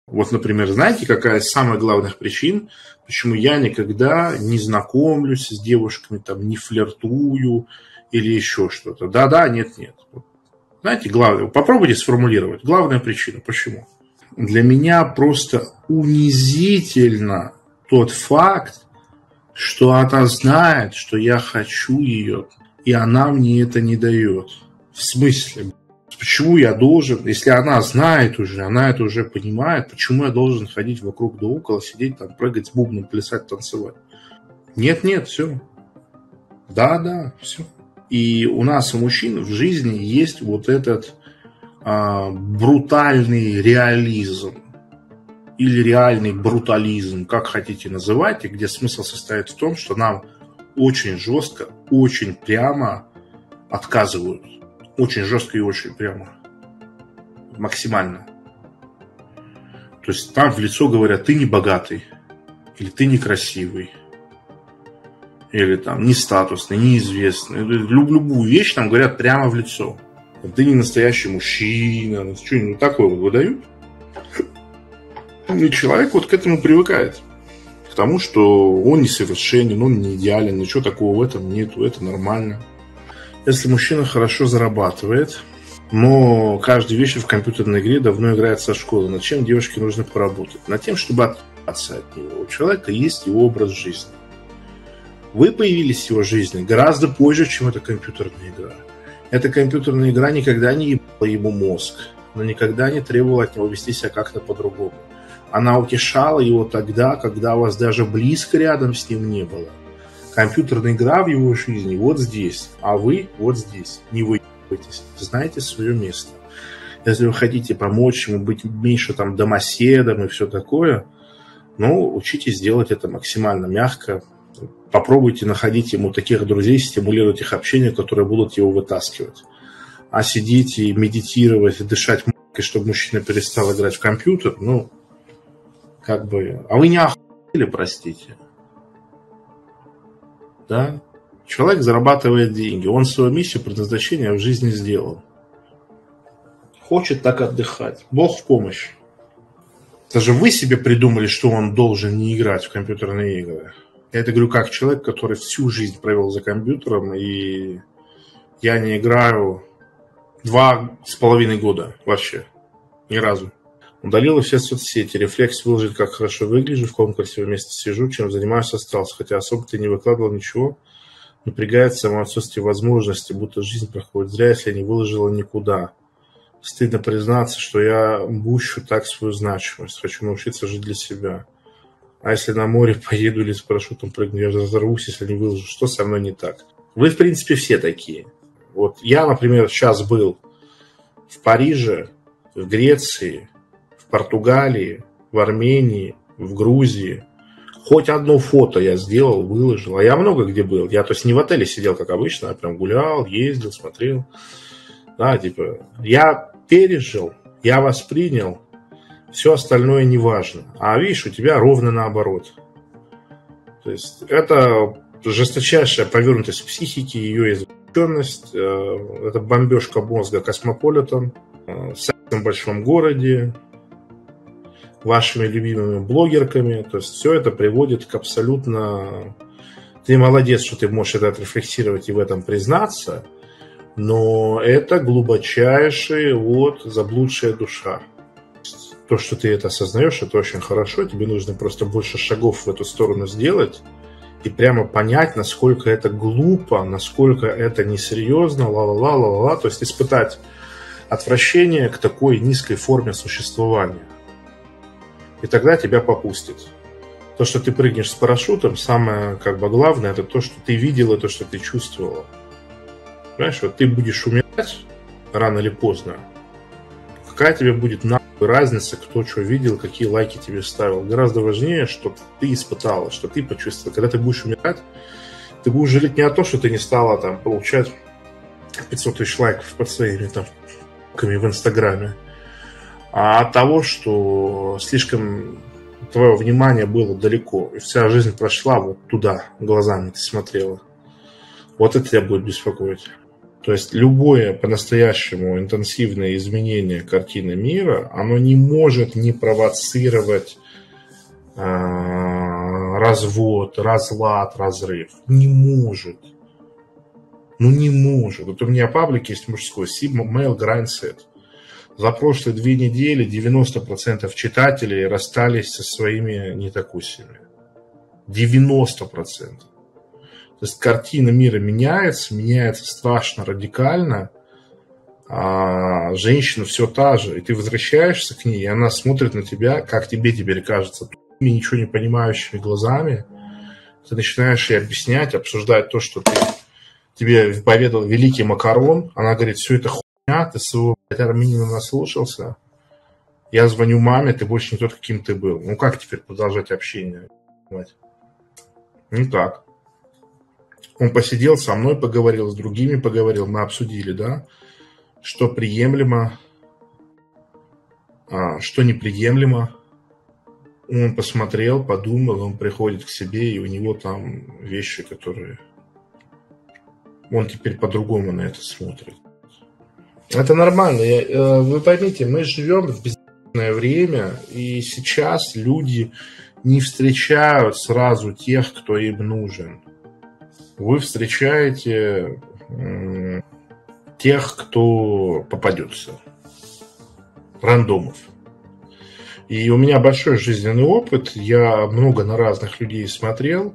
Вот, например, знаете, какая из самых главных причин, почему я никогда не знакомлюсь с девушками, там, не флиртую или еще что-то? Да-да, нет-нет. Знаете, главное, попробуйте сформулировать. Главная причина. Почему? Для меня просто унизительно тот факт, что она знает, что я хочу ее, и она мне это не дает. В смысле? Почему я должен, если она знает уже, она это уже понимает, почему я должен ходить вокруг да около, сидеть там, прыгать с бубном, плясать, танцевать? Нет, все. Да, все. И у нас, у мужчин, в жизни есть вот этот брутальный реализм или реальный брутализм, как хотите называйте, где смысл состоит в том, что нам очень жестко, очень прямо отказывают. Очень жестко и очень прямо. Максимально. То есть там в лицо говорят: ты не богатый, или ты некрасивый, или там не статусный, неизвестный. Любую вещь нам говорят прямо в лицо. Ты не настоящий мужчина. Что-нибудь такое вот выдают. И человек вот к этому привыкает. К тому, что он несовершенен, он не идеален, ничего такого в этом нету, это нормально. Если мужчина хорошо зарабатывает, но каждый вечер в компьютерной игре давно играет со школы, над чем девушке нужно поработать? Над тем, чтобы отказаться от него. У человека есть его образ жизни. Вы появились в его жизни гораздо позже, чем эта компьютерная игра. Эта компьютерная игра никогда не ебала ему мозг, но никогда не требовала от него вести себя как-то по-другому. Она утешала его тогда, когда у вас даже близко рядом с ним не было. Компьютерная игра в его жизни вот здесь, а вы вот здесь. Не выебывайтесь, знайте свое место. Если вы хотите помочь ему быть меньше там домоседом и все такое, ну, учитесь делать это максимально мягко. Попробуйте находить ему таких друзей, стимулировать их общение, которые будут его вытаскивать. А сидеть и медитировать, и дышать м***кой, чтобы мужчина перестал играть в компьютер, ну, как бы... А вы не охуели, простите. Да? Человек зарабатывает деньги. Он свою миссию, предназначение в жизни сделал. Хочет так отдыхать. Бог в помощь. Даже вы себе придумали, что он должен не играть в компьютерные игры. Я это говорю как человек, который всю жизнь провел за компьютером, и я не играю 2,5 года вообще. Ни разу. Удалил все соцсети. Рефлекс выложить, как хорошо выгляжу, в каком красивом месте сижу, чем занимаюсь, остался. Хотя особо-то не выкладывал ничего. Напрягает само отсутствие возможности, будто жизнь проходит зря, если я не выложила никуда. Стыдно признаться, что я бущу так свою значимость. Хочу научиться жить для себя. А если на море поеду или с парашютом прыгну, я разорвусь, если не выложу. Что со мной не так? Вы, в принципе, все такие. Вот я, например, сейчас был в Париже, в Греции, в Португалии, в Армении, в Грузии. Хоть одно фото я сделал, выложил. А я много где был. Я, то есть, не в отеле сидел, как обычно, а прям гулял, ездил, смотрел. Да, типа, я пережил, я воспринял. Все остальное не важно. А видишь, у тебя ровно наоборот. То есть это жесточайшая повернутость психики, ее извращенность, это бомбежка мозга космополитом, секс в большом городе, вашими любимыми блогерками. То есть все это приводит к абсолютно... Ты молодец, что ты можешь это отрефлексировать и в этом признаться, но это глубочайшая вот заблудшая душа. То, что ты это осознаешь, это очень хорошо. Тебе нужно просто больше шагов в эту сторону сделать и прямо понять, насколько это глупо, насколько это несерьезно, ла-ла-ла-ла-ла. То есть испытать отвращение к такой низкой форме существования. И тогда тебя попустит. То, что ты прыгнешь с парашютом, самое как бы главное, это то, что ты видела, то, что ты чувствовала. Понимаешь, вот ты будешь умирать рано или поздно. Какая тебе будет разница, кто что видел, какие лайки тебе ставил. Гораздо важнее, чтобы ты испытала, что ты почувствовала. Когда ты будешь умирать, ты будешь жалеть не о том, что ты не стала там получать 500 тысяч лайков под своими там в Инстаграме, а от того, что слишком твое внимание было далеко, и вся жизнь прошла вот туда, глазами ты смотрела. Вот это тебя будет беспокоить. То есть любое по-настоящему интенсивное изменение картины мира, оно не может не провоцировать развод, разлад, разрыв. Не может. Ну не может. Вот у меня паблик есть мужской, Male Grind Set. За прошлые 2 недели 90% читателей расстались со своими нетокусями. 90%. То есть картина мира меняется страшно радикально, а женщина все та же, и ты возвращаешься к ней, и она смотрит на тебя, как тебе теперь кажется, тупыми, ничего не понимающими глазами. Ты начинаешь ей объяснять, обсуждать то, что тебе поведал великий Макарон. Она говорит, все это хуйня, ты своего армянина наслушался. Я звоню маме, ты больше не тот, каким ты был. Ну как теперь продолжать общение? Никак. Он посидел со мной, поговорил, с другими поговорил, мы обсудили, да, что приемлемо, что неприемлемо. Он посмотрел, подумал, он приходит к себе, и у него там вещи, которые... Он теперь по-другому на это смотрит. Это нормально. Вы поймите, мы живем в безумное время, и сейчас люди не встречают сразу тех, кто им нужен. Вы встречаете тех, кто попадется. Рандомов. И у меня большой жизненный опыт. Я много на разных людей смотрел.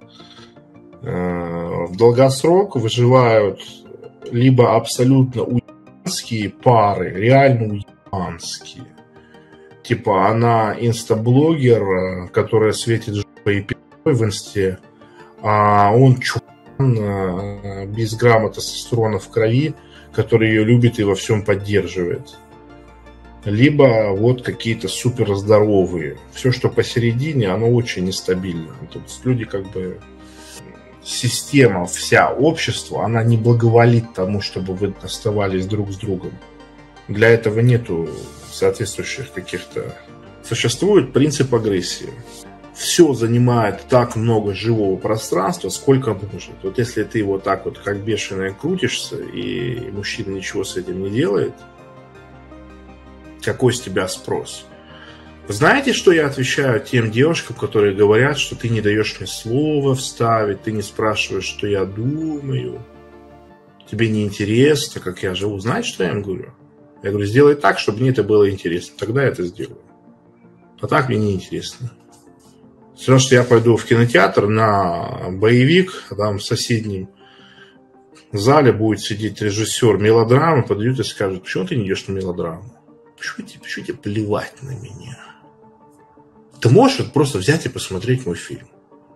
В долгосрок выживают либо абсолютно уебанские пары, реально уебанские. Типа она инстаблогер, которая светит жопой и пи***й в инсте, а он без грамма тестостерона в крови, который ее любит и во всем поддерживает. Либо вот какие-то суперздоровые. Все, что посередине, оно очень нестабильно. То есть люди как бы... Система, вся общество, она не благоволит тому, чтобы вы оставались друг с другом. Для этого нету соответствующих каких-то... Существует принцип агрессии. Все занимает так много живого пространства, сколько может. Вот если ты вот так вот как бешеная крутишься, и мужчина ничего с этим не делает, какой с тебя спрос? Вы знаете, что я отвечаю тем девушкам, которые говорят, что ты не даешь мне слова вставить, ты не спрашиваешь, что я думаю, тебе не интересно, как я живу. Знаете, что я им говорю? Я говорю, сделай так, чтобы мне это было интересно, тогда я это сделаю. А так мне не интересно. Все равно, что я пойду в кинотеатр на боевик, а там в соседнем зале будет сидеть режиссер мелодрамы, подойдет и скажет, почему ты не идешь на мелодраму? Почему тебе плевать на меня? Ты можешь просто взять и посмотреть мой фильм.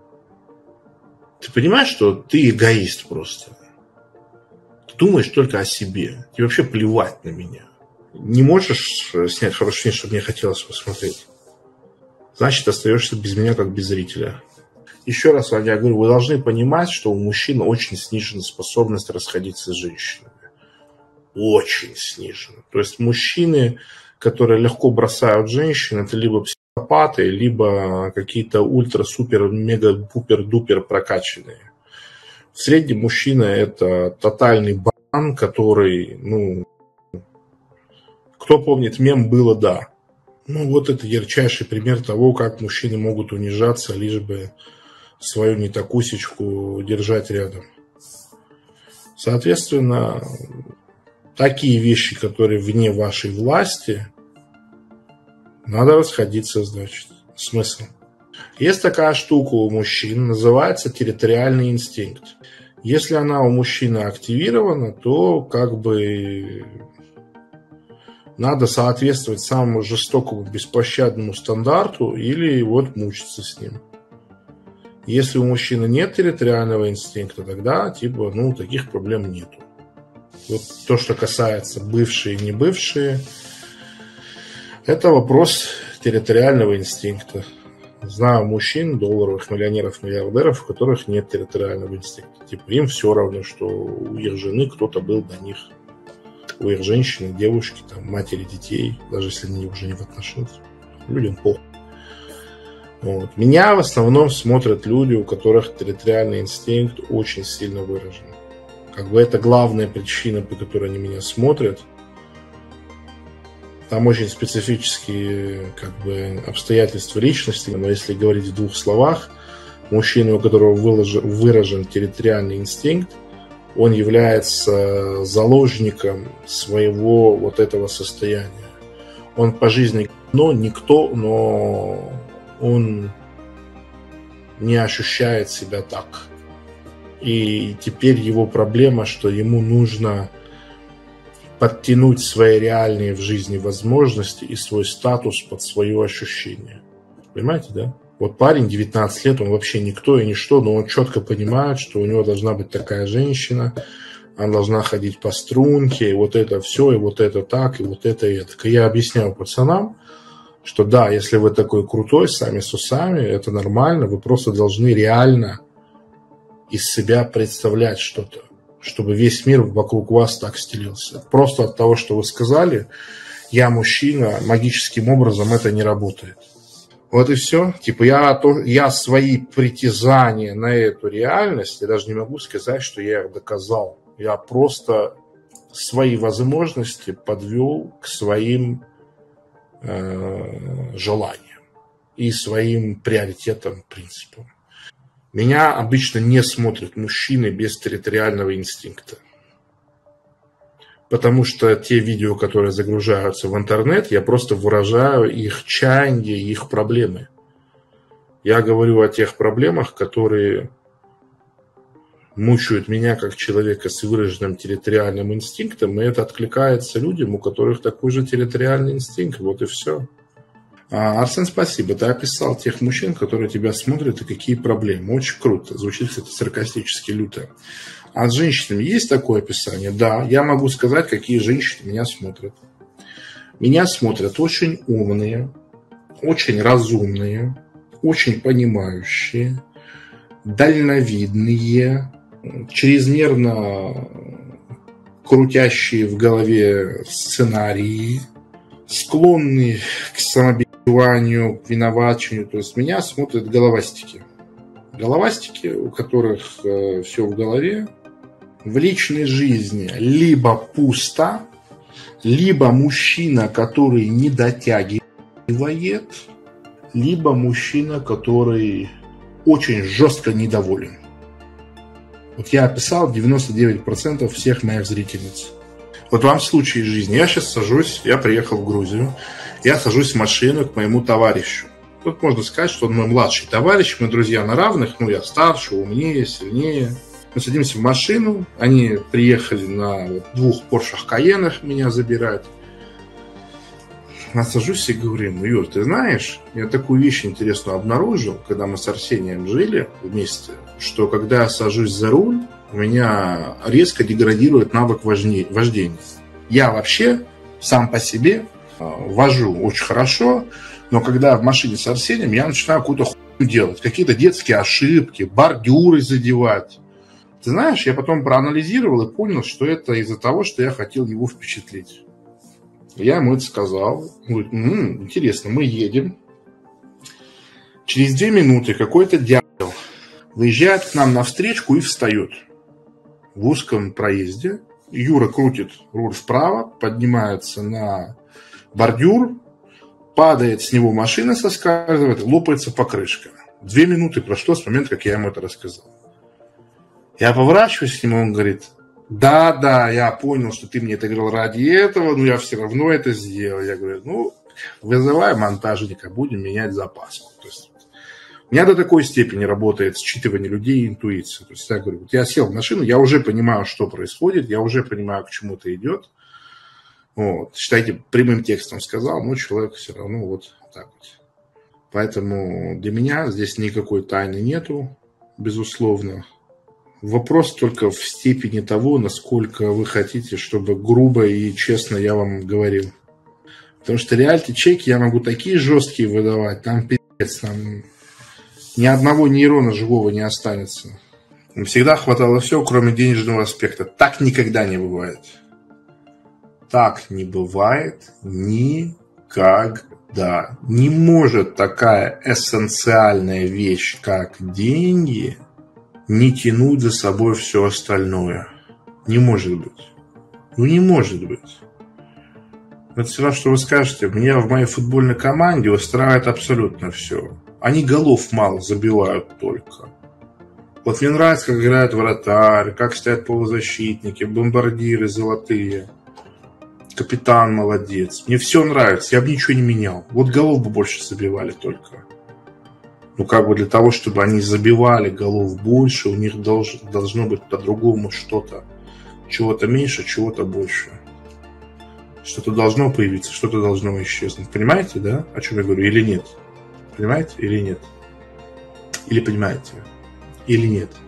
Ты понимаешь, что ты эгоист просто. Ты думаешь только о себе. Тебе вообще плевать на меня. Не можешь снять хороший фильм, чтобы мне хотелось посмотреть. Значит, остаешься без меня как без зрителя. Еще раз я говорю, вы должны понимать, что у мужчин очень снижена способность расходиться с женщинами. Очень снижена. То есть мужчины, которые легко бросают женщин, это либо психопаты, либо какие-то ультра-супер-мега-пупер-дупер прокачанные. В среднем мужчина это тотальный банан, который, кто помнит мем «было да». Вот это ярчайший пример того, как мужчины могут унижаться, лишь бы свою нетокусечку держать рядом. Соответственно, такие вещи, которые вне вашей власти, надо расходиться, значит. Смысл. Есть такая штука у мужчин, называется территориальный инстинкт. Если она у мужчины активирована, то как бы надо соответствовать самому жестокому, беспощадному стандарту или вот мучиться с ним. Если у мужчины нет территориального инстинкта, тогда таких проблем нету. Вот то, что касается бывшие и не бывшие, это вопрос территориального инстинкта. Знаю мужчин, долларовых миллионеров, миллиардеров, у которых нет территориального инстинкта. Им все равно, что у их жены кто-то был до них. У их женщины, девушки, матери детей, даже если они уже не в отношениях. Людям похуй. Меня в основном смотрят люди, у которых территориальный инстинкт очень сильно выражен. Как бы это главная причина, по которой они меня смотрят. Там очень специфические как бы обстоятельства личности, но если говорить в двух словах, мужчина, у которого выражен территориальный инстинкт, он является заложником своего вот этого состояния. Он по жизни никто, но он не ощущает себя так. И теперь его проблема, что ему нужно подтянуть свои реальные в жизни возможности и свой статус под свое ощущение. Понимаете, да? Вот парень, 19 лет, он вообще никто и ничто, но он четко понимает, что у него должна быть такая женщина, она должна ходить по струнке, и вот это все, и вот это так, и вот это и это. Я объясняю пацанам, что да, если вы такой крутой, сами с усами, это нормально, вы просто должны реально из себя представлять что-то, чтобы весь мир вокруг вас так стелился. Просто от того, что вы сказали, я мужчина, магическим образом это не работает. Вот и все. Типа я свои притязания на эту реальность, я даже не могу сказать, что я их доказал. Я просто свои возможности подвел к своим желаниям и своим приоритетам, принципам. Меня обычно не смотрят мужчины без территориального инстинкта. Потому что те видео, которые загружаются в интернет, я просто выражаю их чаяние, их проблемы. Я говорю о тех проблемах, которые мучают меня как человека с выраженным территориальным инстинктом, и это откликается людям, у которых такой же территориальный инстинкт. Вот и все. Арсен, спасибо. Ты описал тех мужчин, которые тебя смотрят, и какие проблемы. Очень круто. Звучит, кстати, саркастически люто. А с женщинами есть такое описание? Да, я могу сказать, какие женщины меня смотрят. Меня смотрят очень умные, очень разумные, очень понимающие, дальновидные, чрезмерно крутящие в голове сценарии, склонные к самобичеванию, к виновачению. То есть меня смотрят головастики. Головастики, у которых все в голове, в личной жизни либо пусто, либо мужчина, который не дотягивает, либо мужчина, который очень жестко недоволен. Вот я описал 99% всех моих зрительниц. Вот вам случай из жизни. Я сейчас сажусь, я приехал в Грузию, я сажусь в машину к моему товарищу. Тут можно сказать, что он мой младший товарищ, мы друзья на равных, я старше, умнее, сильнее. Мы садимся в машину, они приехали на 2 Porsche Cayenne меня забирать. Я сажусь и говорю ему: Юр, ты знаешь, я такую вещь интересную обнаружил, когда мы с Арсением жили вместе, что когда я сажусь за руль, у меня резко деградирует навык вождения. Я вообще сам по себе вожу очень хорошо, но когда в машине с Арсением, я начинаю какую-то хуйню делать, какие-то детские ошибки, бордюры задевать. Ты знаешь, я потом проанализировал и понял, что это из-за того, что я хотел его впечатлить. Я ему это сказал. Он говорит: интересно, мы едем. Через 2 минуты какой-то дятел выезжает к нам навстречу и встает в узком проезде. Юра крутит руль вправо, поднимается на бордюр, падает с него машина, соскальзывает, лопается покрышка. 2 минуты прошло с момента, как я ему это рассказал. Я поворачиваюсь к нему, он говорит: да, я понял, что ты мне это говорил ради этого, но я все равно это сделал. Я говорю: вызывай монтажника, будем менять запаску. То есть у меня до такой степени работает считывание людей и интуиция. То есть я говорю: я сел в машину, я уже понимаю, что происходит, я уже понимаю, к чему это идет. Вот. Считайте, прямым текстом сказал, но человек все равно вот так вот. Поэтому для меня здесь никакой тайны нету, безусловно. Вопрос только в степени того, насколько вы хотите, чтобы грубо и честно я вам говорил. Потому что реалити-чеки я могу такие жесткие выдавать, там пиздец, там ни одного нейрона живого не останется. Всегда хватало все, кроме денежного аспекта. Так никогда не бывает. Так не бывает никогда. Не может такая эссенциальная вещь, как деньги, не тянуть за собой все остальное. Не может быть. Ну не может быть. Это все равно, что вы скажете, меня в моей футбольной команде устраивает абсолютно все. Они голов мало забивают только. Вот мне нравится, как играют вратарь, как стоят полузащитники, бомбардиры золотые. Капитан молодец. Мне все нравится, я бы ничего не менял. Вот голов бы больше забивали только. Ну, как бы для того, чтобы они забивали голов больше, у них должно быть по-другому что-то. Чего-то меньше, чего-то больше. Что-то должно появиться, что-то должно исчезнуть. Понимаете, да, о чем я говорю, или нет? Понимаете или нет? Или понимаете? Или нет?